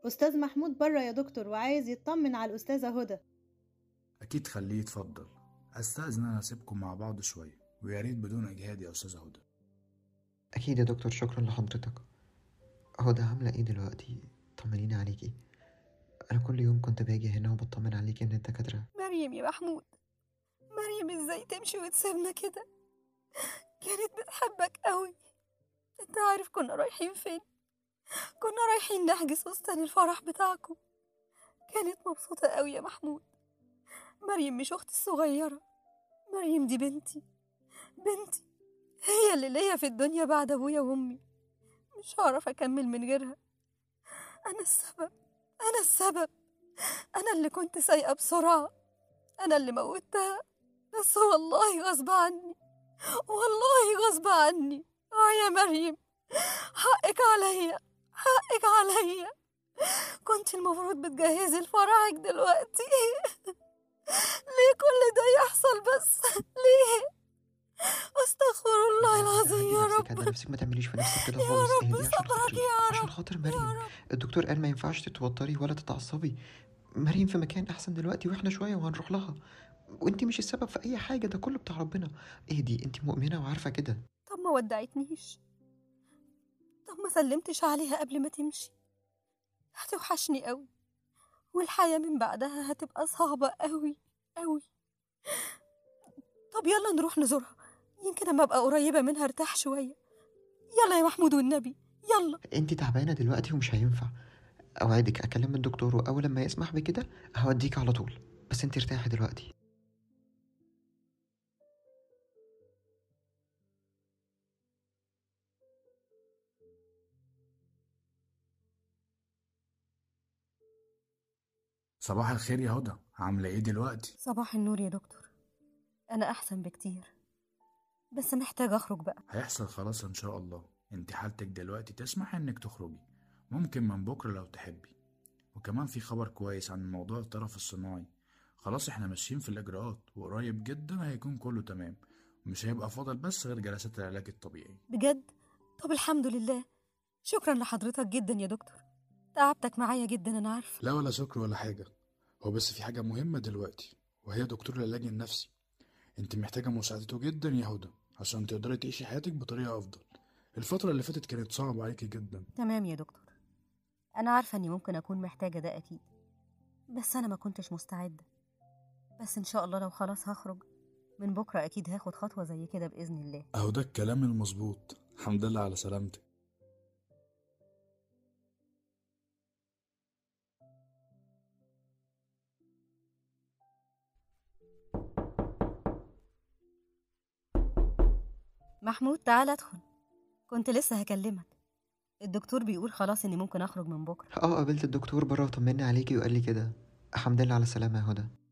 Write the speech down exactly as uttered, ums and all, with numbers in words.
أستاذ محمود بره يا دكتور وعايز يطمن على الأستاذة هدى. أكيد، خليه يتفضل. أستأذن أنا أسيبكم مع بعض شوية، ويا ريت بدون إجهاد يا أستاذة هدى. أكيد يا دكتور، شكرا لحضرتك. هدى عاملة إيه دلوقتي؟ طمنيني عليكي. أنا كل يوم كنت باجي هنا وبطمن عليكي من الدكاترة. مريم يا محمود، مريم ازاي تمشي وتسيبنا كده؟ كانت بتحبك قوي. انت عارف كنا رايحين فين؟ كنا رايحين نحجز فستان الفرح بتاعكم. كانت مبسوطة قوي يا محمود. مريم مش اختي الصغيرة، مريم دي بنتي، بنتي هي اللي ليا في الدنيا بعد ابويا وامي. مش هعرف اكمل من غيرها. انا السبب، انا السبب. انا اللي كنت سايقة بسرعة، انا اللي موتها، بس والله غصب عني، والله غصب عني. اه يا مريم، حقك عليا، حقك عليا. كنت المفروض بتجهزي لفرحك دلوقتي. ليه كل ده يحصل بس؟ ليه؟ استغفر الله العظيم يا نفسك، رب. هدى نفسك، ما تعمليش في نفسك كده يا خالص. رب اهدي عشان صبرك خاطري، يا عشان رب، خاطر يا مريم. رب. الدكتور قال ما ينفعش تتوتري ولا تتعصبي. مريم في مكان أحسن دلوقتي، وإحنا شوية وهنروح لها. وانتي مش السبب في أي حاجة، ده كله بتاع ربنا. اهدي، انتي مؤمنة وعارفة كده. طب ما ودعتنيش؟ طب ما سلمتش عليها قبل ما تمشي؟ هتوحشني قوي، والحياة من بعدها هتبقى صعبة قوي قوي. طب يلا نروح نزورها، يمكن اما ابقى قريبة منها ارتاح شوية. يلا يا محمود والنبي، يلا. انتي تعبانة دلوقتي ومش هينفع. أوعدك أكلم الدكتور، وأول لما يسمح بكده هوديك على طول. بس انتي ارتاحي دلوقتي. صباح الخير يا هدى، عاملة إيه دلوقتي؟ صباح النور يا دكتور، انا احسن بكتير، بس محتاجة اخرج بقى. هيحصل خلاص إن شاء الله. انت حالتك دلوقتي تسمح إنك تخرجي، ممكن من بكرة لو تحبي. وكمان في خبر كويس عن موضوع الطرف الصناعي. خلاص احنا ماشيين في الإجراءات، وقريب جدا هيكون كله تمام، ومش هيبقى فاضل بس غير جلسات العلاج الطبيعي. بجد؟ طب الحمد لله، شكرا لحضرتك جدا يا دكتور، تعبتك معايا جدا انا عارفة. لا ولا شكر ولا حاجة. هو بس في حاجة مهمة دلوقتي، وهي دكتور العلاج النفسي. انت محتاجة مساعدته جدا يا هدى، عشان تقدري تعيشي حياتك بطريقة أفضل. الفترة اللي فاتت كانت صعبة عليكي جدا. تمام يا دكتور، انا عارفة اني ممكن اكون محتاجة ده اكيد، بس انا ما كنتش مستعدة. بس ان شاء الله لو خلاص هخرج من بكرة اكيد هاخد خطوة زي كده بإذن الله. أهو ده الكلام المظبوط. الحمد لله على سلامتك. محمود تعال ادخل، كنت لسه هكلمك. الدكتور بيقول خلاص اني ممكن اخرج من بكرة. اه، قابلت الدكتور بره وطمني عليكي وقال لي كده. الحمد لله على السلامة يا هدى.